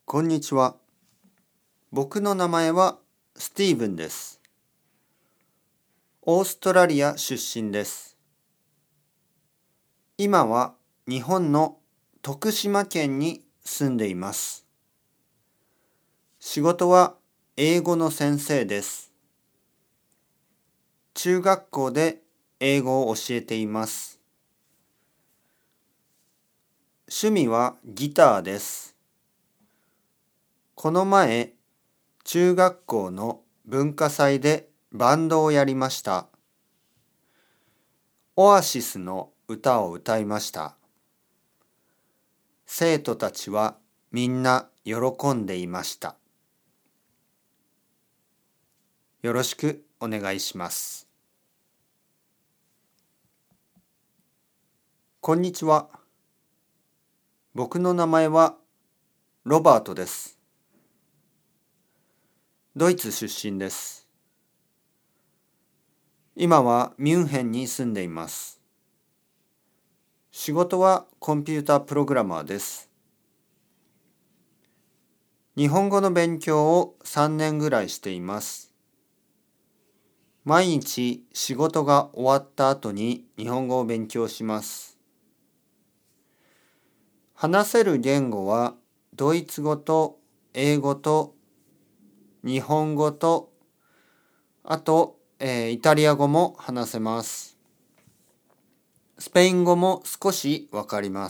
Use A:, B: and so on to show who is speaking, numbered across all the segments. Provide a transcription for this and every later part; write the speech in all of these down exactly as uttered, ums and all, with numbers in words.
A: こんにちは。僕の名前はスティーブンです。オーストラリア出身です。今は日本の徳島県に住んでいます。仕事は英語の先生です。中学校で英語を教えています。趣味はギターです。この前、中学校の文化祭でバンドをやりました。オアシスの歌を歌いました。生徒たちはみんな喜んでいました。よろしくお願いします。こんにちは。僕の名前はロバートです。ドイツ出身です。今はミュンヘンに住んでいます。仕事はコンピュータープログラマーです。日本語の勉強をさんねんぐらいしています。毎日仕事が終わった後に日本語を勉強します。話せる言語はドイツ語と英語と日本語とあと、えーイタリア語も話せます。スペイン語も少しわかります。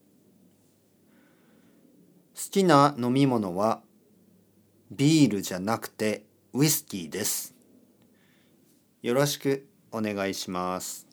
A: 好きな飲み物はビールじゃなくてウイスキーです。よろしくお願いします。